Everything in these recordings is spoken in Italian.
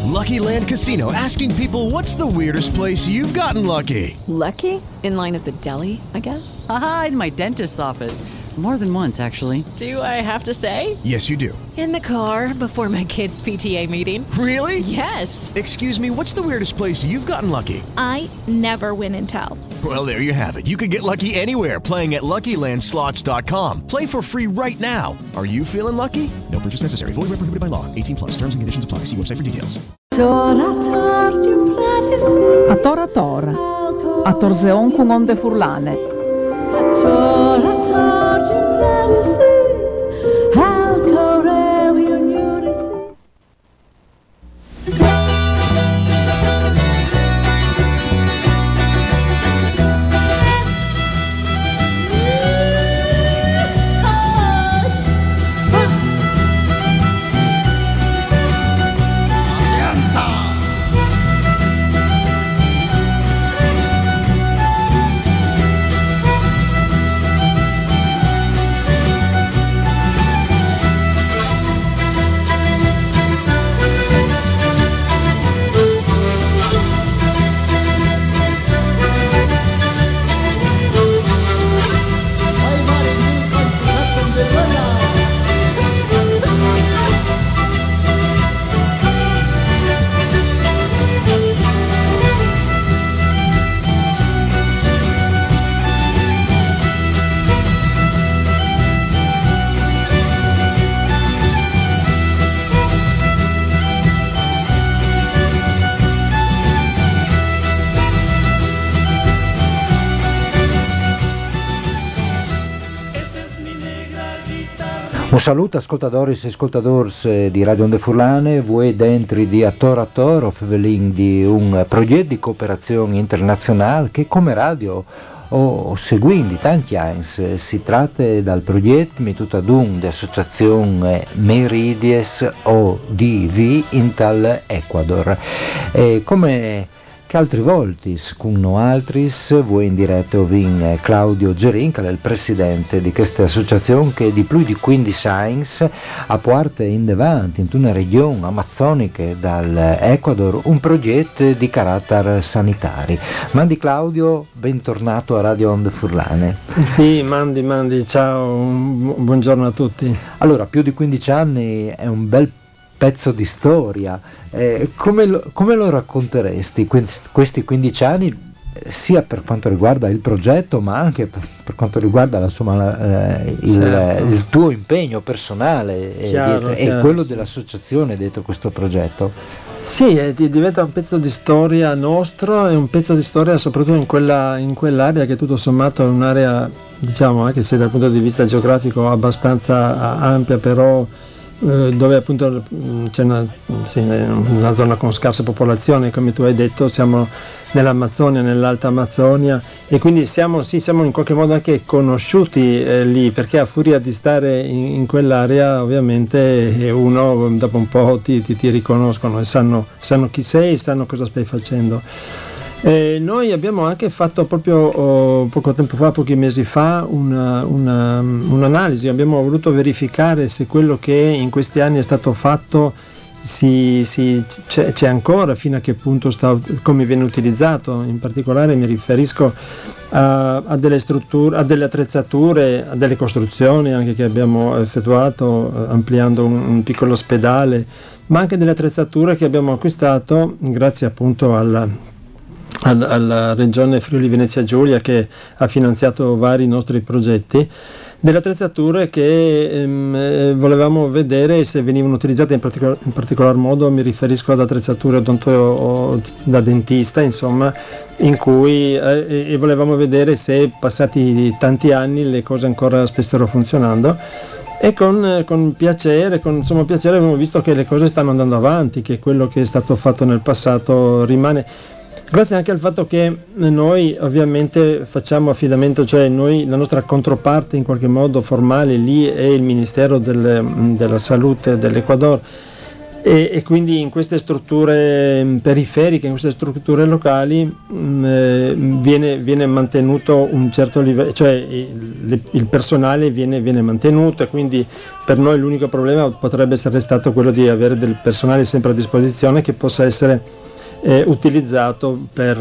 Lucky Land Casino, asking people, what's the weirdest place you've gotten lucky? Lucky? In line at the deli, I guess? Aha, in my dentist's office. More than once, actually. Do I have to say? Yes, you do. In the car before my kids' PTA meeting. Really? Yes. Excuse me, what's the weirdest place you've gotten lucky? I never win and tell. Well, there you have it. You can get lucky anywhere, playing at LuckyLandSlots.com. Play for free right now. Are you feeling lucky? No purchase necessary. Void where prohibited by law. 18+. Terms and conditions apply. See website for details. A Tora Tora, a Torseon con onde furlane. Un saluto ascoltadoris e ascoltadors di Radio Onde Furlane, voi dentro di Attor Attor, offvelin di un progetto di cooperazione internazionale che come radio o seguendo tanti anni si tratta dal progetto Mitutadun di associazione Meridies ODV in tal Ecuador. Come che altri volti, con noi altri, voi in diretto vin Claudio Gerin, che è il presidente di questa associazione che di più di 15 anni a parte in davanti in una regione amazzonica dall'Ecuador un progetto di carattere sanitario. Mandi Claudio, bentornato a Radio Onde Furlane. Sì, mandi, ciao, buongiorno a tutti. Allora, più di 15 anni è un bel pezzo di storia, come lo racconteresti questi 15 anni, sia per quanto riguarda il progetto ma anche per quanto riguarda il tuo impegno personale e quello dell'associazione dietro questo progetto? Sì, diventa un pezzo di storia nostro e un pezzo di storia soprattutto in quell'area che tutto sommato è un'area, diciamo, anche se dal punto di vista geografico abbastanza ampia, però dove appunto c'è una zona con scarsa popolazione, come tu hai detto, siamo nell'Amazzonia, nell'Alta Amazzonia, e quindi siamo in qualche modo anche conosciuti lì, perché a furia di stare in quell'area ovviamente uno dopo un po' ti riconoscono e sanno chi sei, sanno cosa stai facendo. Noi abbiamo anche fatto proprio poco tempo fa, pochi mesi fa, un'analisi. Abbiamo voluto verificare se quello che in questi anni è stato fatto c'è ancora, fino a che punto come viene utilizzato. In particolare mi riferisco a delle strutture, a delle attrezzature, a delle costruzioni anche che abbiamo effettuato ampliando un piccolo ospedale, ma anche delle attrezzature che abbiamo acquistato grazie appunto alla regione Friuli Venezia Giulia, che ha finanziato vari nostri progetti, delle attrezzature che volevamo vedere se venivano utilizzate in particolar modo. Mi riferisco ad attrezzature da dentista, insomma, in cui e volevamo vedere se passati tanti anni le cose ancora stessero funzionando. E con piacere abbiamo visto che le cose stanno andando avanti, che quello che è stato fatto nel passato rimane. Grazie anche al fatto che noi ovviamente facciamo affidamento, cioè la nostra controparte in qualche modo formale lì è il Ministero della Salute dell'Ecuador, E quindi in queste strutture periferiche, in queste strutture locali viene mantenuto un certo livello, cioè il personale viene mantenuto, e quindi per noi l'unico problema potrebbe essere stato quello di avere del personale sempre a disposizione che possa essere utilizzato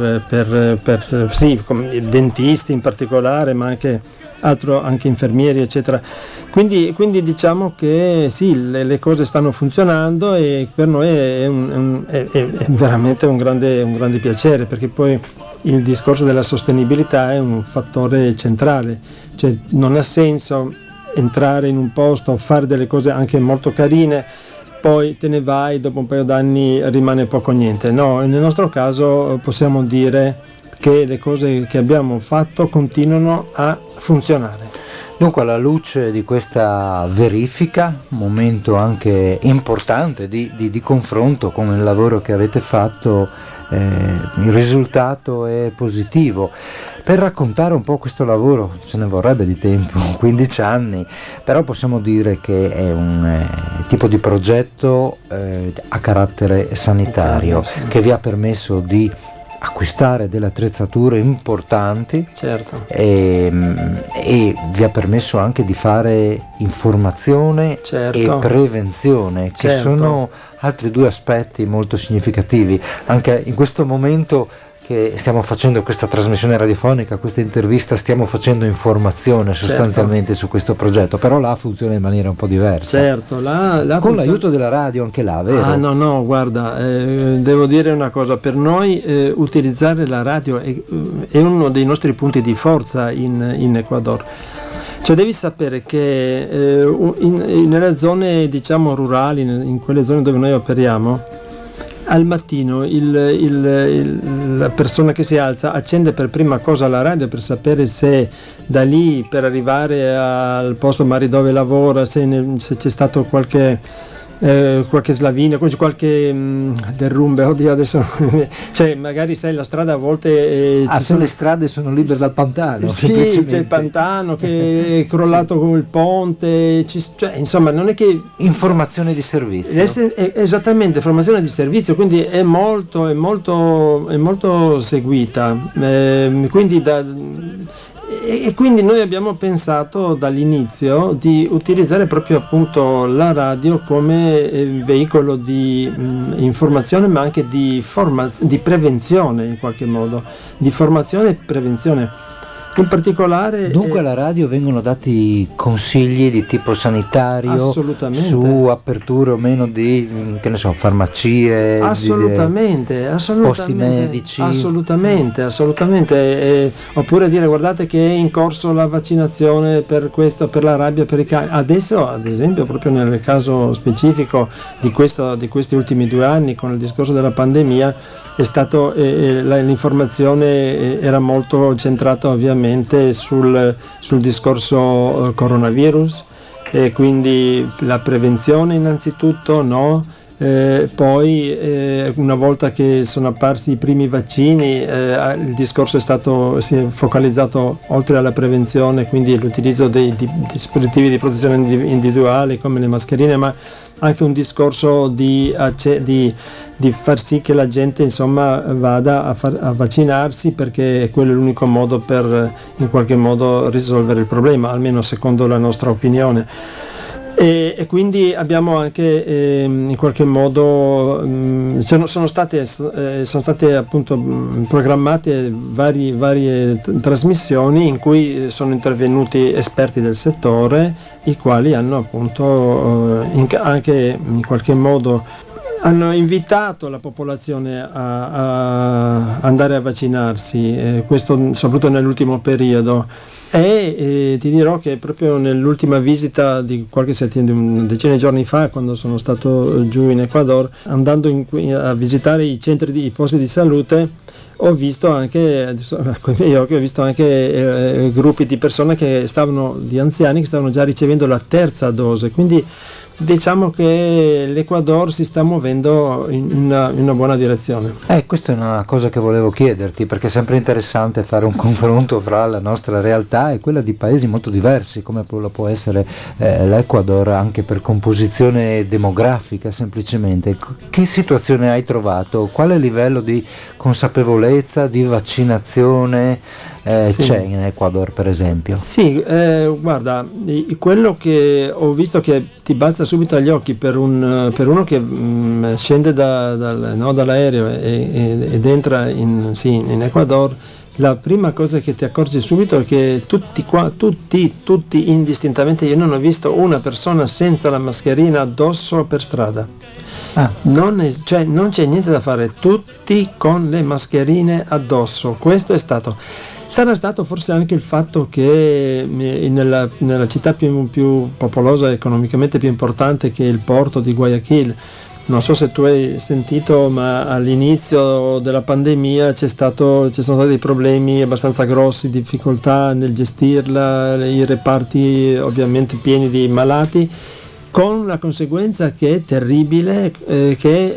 per sì, come dentisti in particolare, ma anche infermieri, eccetera. Quindi diciamo che sì, le cose stanno funzionando, e per noi è veramente un grande piacere, perché poi il discorso della sostenibilità è un fattore centrale, cioè non ha senso entrare in un posto, fare delle cose anche molto carine, poi te ne vai, dopo un paio d'anni rimane poco o niente. No, nel nostro caso possiamo dire che le cose che abbiamo fatto continuano a funzionare. Dunque, alla luce di questa verifica, un momento anche importante di confronto con il lavoro che avete fatto, il risultato è positivo. Per raccontare un po' questo lavoro ce ne vorrebbe di tempo, 15 anni, però possiamo dire che è un tipo di progetto a carattere sanitario, che vi ha permesso di acquistare delle attrezzature importanti, certo, e vi ha permesso anche di fare informazione, certo, e prevenzione, che certo, sono altri due aspetti molto significativi. Anche in questo momento che stiamo facendo questa trasmissione radiofonica, questa intervista, stiamo facendo informazione sostanzialmente, certo, su questo progetto, però là funziona in maniera un po' diversa. Certo, con l'aiuto della radio anche là, vero? No, guarda, devo dire una cosa, per noi utilizzare la radio è uno dei nostri punti di forza in Ecuador. Cioè devi sapere che nelle zone, diciamo, rurali, in quelle zone dove noi operiamo, al mattino la persona che si alza accende per prima cosa la radio per sapere se da lì, per arrivare al posto magari dove lavora, se c'è stato qualche slavina, qualche derrumbe. Oddio, adesso cioè magari sai, la strada a volte se le strade sono libere dal pantano, sì, c'è il pantano che è crollato con il ponte, cioè, insomma, non è che informazione di servizio, esattamente, informazione di servizio, quindi è molto seguita, quindi noi abbiamo pensato dall'inizio di utilizzare proprio appunto la radio come veicolo di informazione, ma anche di prevenzione, in qualche modo, di formazione e prevenzione. In particolare, dunque alla radio vengono dati consigli di tipo sanitario su aperture o meno di, che ne so, farmacie, assolutamente, posti medici, assolutamente, oppure dire: guardate che è in corso la vaccinazione per questo, per la rabbia, per i cani. Adesso, ad esempio, proprio nel caso specifico di questi ultimi 2 anni, con il discorso della pandemia, è stato l'informazione era molto centrata ovviamente sul discorso coronavirus, e quindi la prevenzione innanzitutto, no? Poi una volta che sono apparsi i primi vaccini, il discorso si è focalizzato oltre alla prevenzione, quindi l'utilizzo dei dispositivi di protezione individuale come le mascherine, ma anche un discorso di far sì che la gente, insomma, vada a vaccinarsi, perché quello è l'unico modo per in qualche modo risolvere il problema, almeno secondo la nostra opinione. E quindi abbiamo anche in qualche modo sono state appunto programmate varie trasmissioni in cui sono intervenuti esperti del settore, i quali hanno appunto anche in qualche modo hanno invitato la popolazione a andare a vaccinarsi, questo soprattutto nell'ultimo periodo. E ti dirò che proprio nell'ultima visita di una decina di giorni fa, quando sono stato giù in Ecuador, andando a visitare i posti di salute, ho visto anche gruppi di persone di anziani che stavano già ricevendo la terza dose, quindi diciamo che l'Ecuador si sta muovendo in una buona direzione. Questa è una cosa che volevo chiederti, perché è sempre interessante fare un confronto fra la nostra realtà e quella di paesi molto diversi, come lo può essere l'Ecuador, anche per composizione demografica semplicemente. Che situazione hai trovato? Quale livello di consapevolezza, di vaccinazione c'è in Ecuador, per esempio? Sì, guarda, quello che ho visto che ti balza subito agli occhi per uno che scende dall'aereo ed entra in Ecuador, la prima cosa che ti accorgi subito è che tutti indistintamente, io non ho visto una persona senza la mascherina addosso per strada. Non c'è niente da fare, tutti con le mascherine addosso. Questo sarà stato forse anche il fatto che nella città più popolosa, economicamente più importante, che è il porto di Guayaquil, non so se tu hai sentito, ma all'inizio della pandemia ci sono stati dei problemi abbastanza grossi, difficoltà nel gestirla, i reparti ovviamente pieni di malati, con la conseguenza che è terribile, che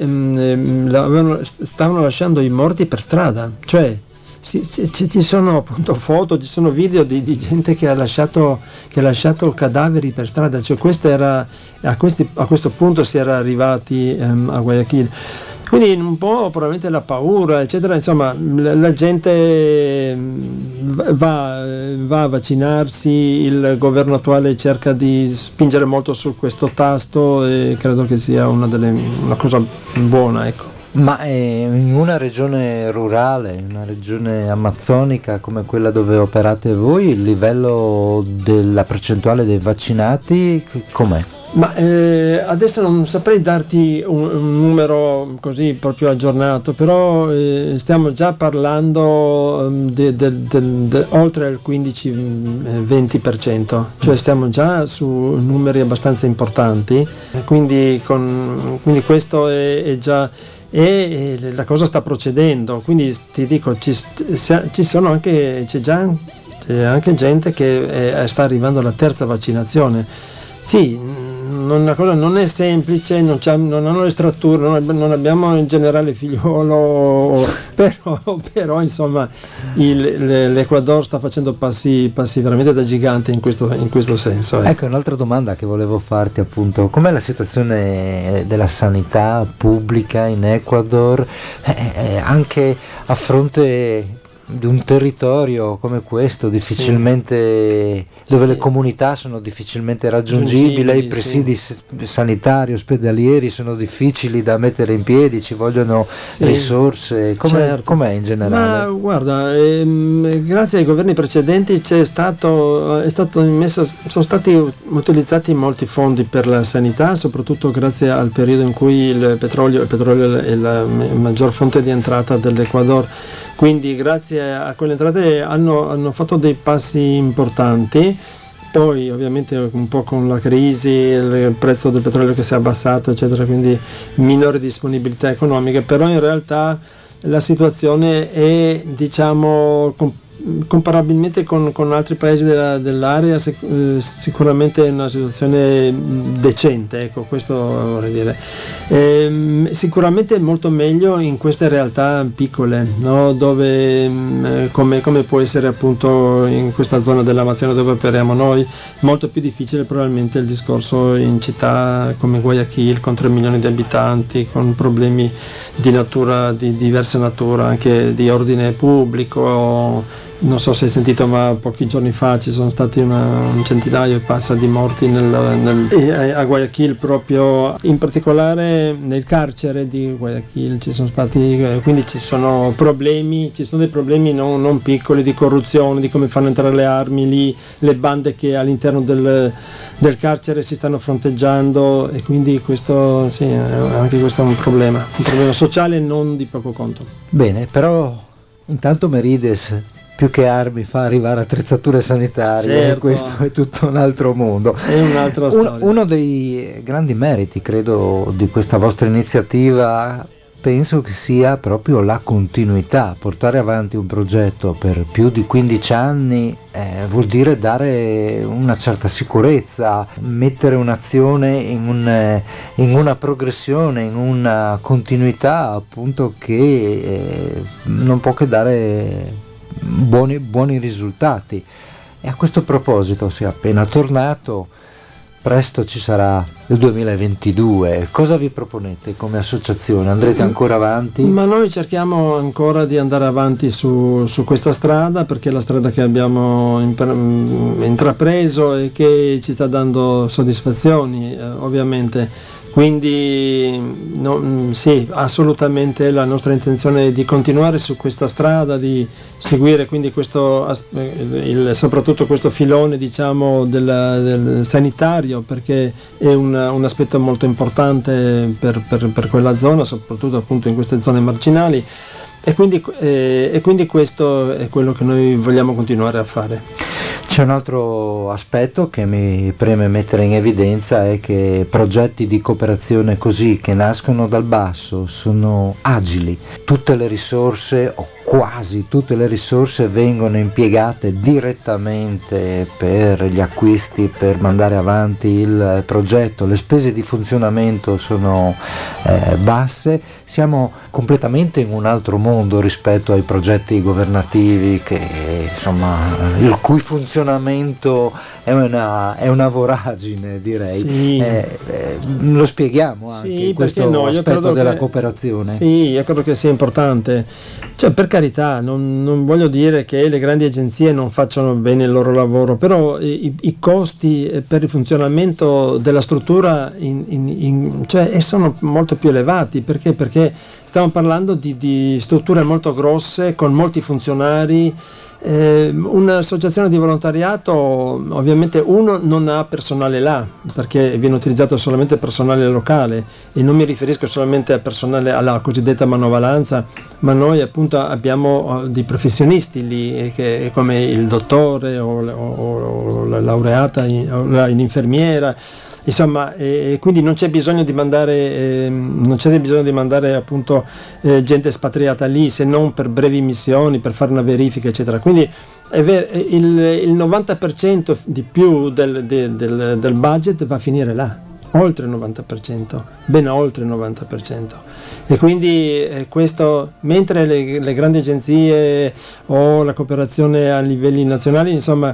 stavano lasciando i morti per strada, cioè ci sono appunto foto, ci sono video di gente che ha lasciato cadaveri per strada, cioè a questo punto si era arrivati a Guayaquil. Quindi un po' probabilmente la paura, eccetera, insomma, la gente va a vaccinarsi, il governo attuale cerca di spingere molto su questo tasto e credo che sia una cosa buona, ecco. Ma in una regione rurale, in una regione amazzonica come quella dove operate voi, il livello della percentuale dei vaccinati com'è? Ma adesso non saprei darti un numero così proprio aggiornato, però stiamo già parlando oltre il 15-20%, cioè stiamo già su numeri abbastanza importanti, quindi questo è già... E la cosa sta procedendo, quindi ti dico, c'è anche gente che sta arrivando alla terza vaccinazione. Sì, una cosa non è semplice, non hanno le stratture, non abbiamo in generale figliolo, però insomma l'Ecuador sta facendo passi veramente da gigante in questo senso. Ecco, un'altra domanda che volevo farti, appunto, com'è la situazione della sanità pubblica in Ecuador, anche a fronte di un territorio come questo difficilmente dove le comunità sono difficilmente raggiungibili, i presidi sanitari ospedalieri sono difficili da mettere in piedi, ci vogliono risorse. Com'è in generale? Ma guarda, grazie ai governi precedenti sono stati utilizzati molti fondi per la sanità, soprattutto grazie al periodo in cui il petrolio è la maggior fonte di entrata dell'Ecuador. Quindi grazie a quelle entrate hanno fatto dei passi importanti. Poi ovviamente un po' con la crisi, il prezzo del petrolio che si è abbassato, eccetera, quindi minore disponibilità economica, però in realtà la situazione è, diciamo, comparabilmente con altri paesi dell'area, sicuramente è una situazione decente, ecco, questo vorrei dire. Sicuramente molto meglio in queste realtà piccole, no? Dove come può essere appunto in questa zona dell'Amazzone dove operiamo noi, molto più difficile probabilmente il discorso in città come Guayaquil con 3 milioni di abitanti, con problemi di diversa natura, anche di ordine pubblico. Non so se hai sentito, ma pochi giorni fa ci sono stati un centinaio e passa di morti a Guayaquil, proprio in particolare nel carcere di Guayaquil ci sono stati, quindi ci sono dei problemi non piccoli di corruzione, di come fanno entrare le armi lì, le bande che all'interno del carcere si stanno fronteggiando, e quindi questo anche questo è un problema sociale non di poco conto. Bene, però intanto Merides più che armi fa arrivare attrezzature sanitarie, certo. Questo è tutto un altro mondo. È un'altra storia. Uno dei grandi meriti, credo, di questa vostra iniziativa penso che sia proprio la continuità. Portare avanti un progetto per più di 15 anni vuol dire dare una certa sicurezza, mettere un'azione in una progressione, in una continuità appunto che non può che dare buoni risultati. E a questo proposito, sei appena tornato, presto ci sarà il 2022, cosa vi proponete come associazione? Andrete ancora avanti? Ma noi cerchiamo ancora di andare avanti su questa strada, perché è la strada che abbiamo intrapreso e che ci sta dando soddisfazioni, ovviamente. Quindi sì, assolutamente la nostra intenzione è di continuare su questa strada, di seguire quindi soprattutto questo filone, diciamo, del sanitario, perché è un aspetto molto importante per quella zona, soprattutto appunto in queste zone marginali, e quindi questo è quello che noi vogliamo continuare a fare. C'è un altro aspetto che mi preme mettere in evidenza, è che progetti di cooperazione così, che nascono dal basso, sono agili. Tutte le risorse, o quasi tutte le risorse, vengono impiegate direttamente per gli acquisti, per mandare avanti il progetto. Le spese di funzionamento sono basse. Siamo completamente in un altro mondo rispetto ai progetti governativi, che insomma il cui funzionamento è una voragine, direi. Sì. Lo spieghiamo anche, sì, questo aspetto della cooperazione. Sì, io credo che sia importante. Cioè, per carità, non voglio dire che le grandi agenzie non facciano bene il loro lavoro, però i costi per il funzionamento della struttura cioè, sono molto più elevati. Perché stiamo parlando di strutture molto grosse, con molti funzionari. Un'associazione di volontariato, ovviamente, uno non ha personale là, perché viene utilizzato solamente personale locale, e non mi riferisco solamente a personale alla cosiddetta manovalanza, ma noi appunto abbiamo dei professionisti lì, che come il dottore o la laureata in infermiera. Insomma, quindi non c'è bisogno di mandare appunto gente espatriata lì, se non per brevi missioni, per fare una verifica, eccetera. Quindi il 90% di più del budget va a finire là, oltre il 90%, ben oltre il 90%. E quindi questo, mentre le grandi agenzie o la cooperazione a livelli nazionali, insomma,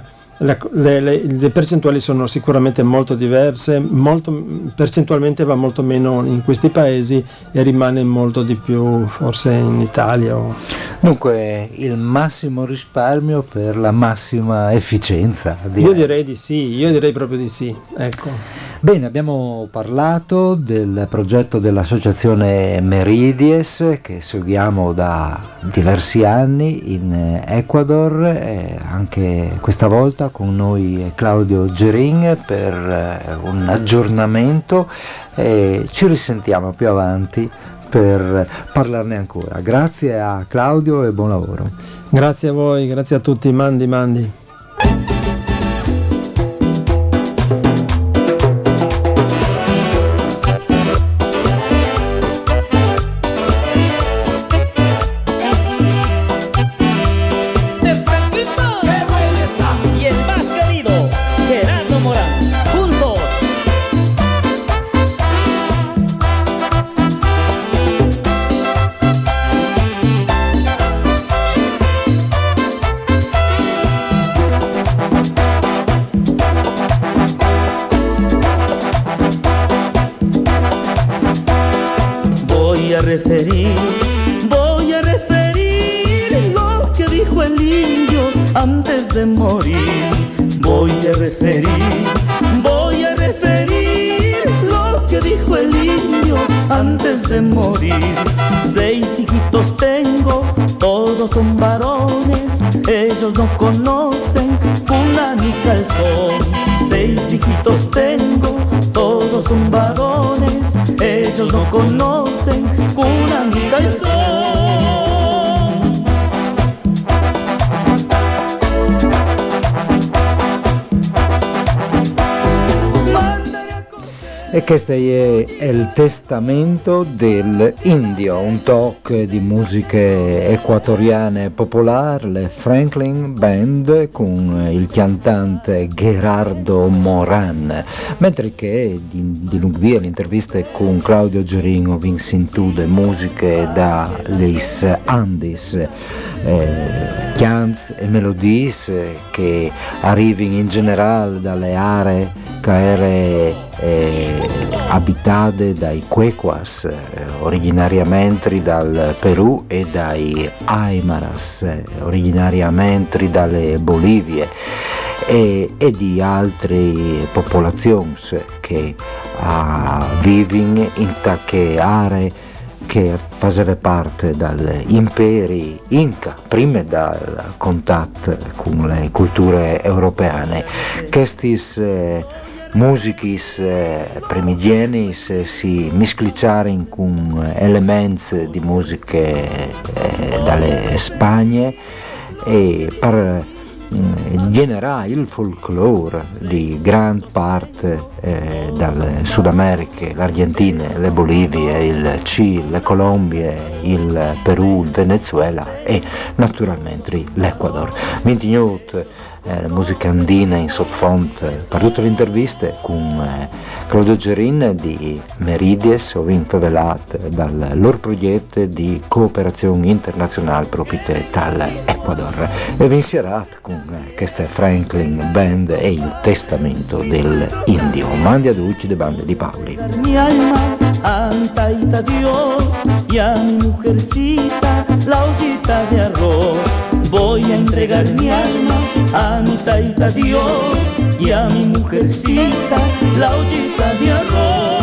le percentuali sono sicuramente molto diverse, percentualmente va molto meno in questi paesi e rimane molto di più forse in Italia. Dunque il massimo risparmio per la massima efficienza, direi. Io direi di sì, io direi proprio di sì, ecco. Bene, abbiamo parlato del progetto dell'associazione Meridies, che seguiamo da diversi anni in Ecuador, anche questa volta con noi è Claudio Gerin per un aggiornamento, e ci risentiamo più avanti per parlarne ancora. Grazie a Claudio e buon lavoro. Grazie a voi, grazie a tutti, mandi. Voy a referir lo que dijo el indio antes de morir. Voy a referir lo que dijo el indio antes de morir. 6 hijitos tengo, todos son varones, ellos no conocen cuna ni calzón. 6 hijitos tengo, todos son varones, ellos no conocen cuna ni calzón. E questo è il testamento dell'Indio, un talk di musiche equatoriane popolari, le Franklin Band con il cantante Gerardo Moran, mentre che di lunghia l'intervista con Claudio Gerino vinsintu de musiche dalle Andis, canti e melodie che arrivano in generale dalle aree che erano abitate dai Quechuas, originariamente dal Perù, e dai Aymaras, originariamente dalle Bolivie, e di altre popolazioni che vivono in tacche aree che faceva parte dagli imperi Inca, prima dal contatto con le culture europee. Questi musichis primigenis si misclicciarono con elementi di musiche dalle Spagne e per generare il folklore di gran parte dal Sud America, l'Argentina, le Bolivie, il Cile, le Colombie, il Perù, il Venezuela e naturalmente l'Ecuador. La musica andina in sottofondo per tutte le interviste con Claudio Gerin di Meridies, ovunque velate dal loro progetto di cooperazione internazionale proprio dall'Ecuador. E vi inserirate con questa Franklin Band e il testamento dell'Indio. Mandi a Ducci de Bande di Paoli. Mi alma a mi taita Dios y a mi mujercita la ollita de arroz. Voy a entregar mi alma a mi taita Dios y a mi mujercita la ollita de arroz.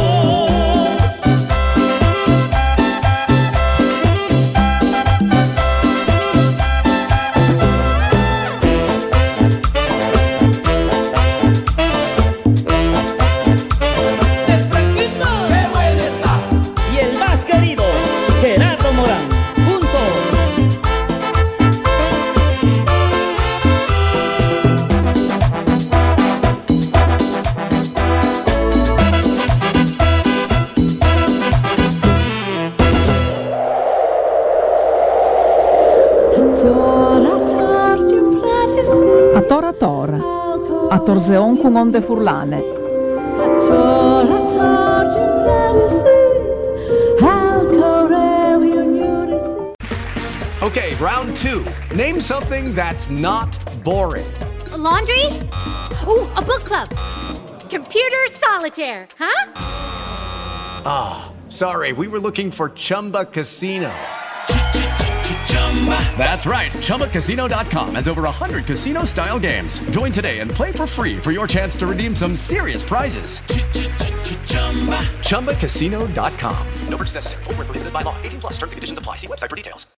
A Torseon con onde furlane. Okay, round two. Name something that's not boring. A laundry? Ooh, a book club. Computer solitaire, huh? Ah, sorry, we were looking for Chumba Casino. That's right. ChumbaCasino.com has over 100 casino-style games. Join today and play for free for your chance to redeem some serious prizes. ChumbaCasino.com. No purchase necessary. Void where prohibited by law. 18+ terms and conditions apply. See website for details.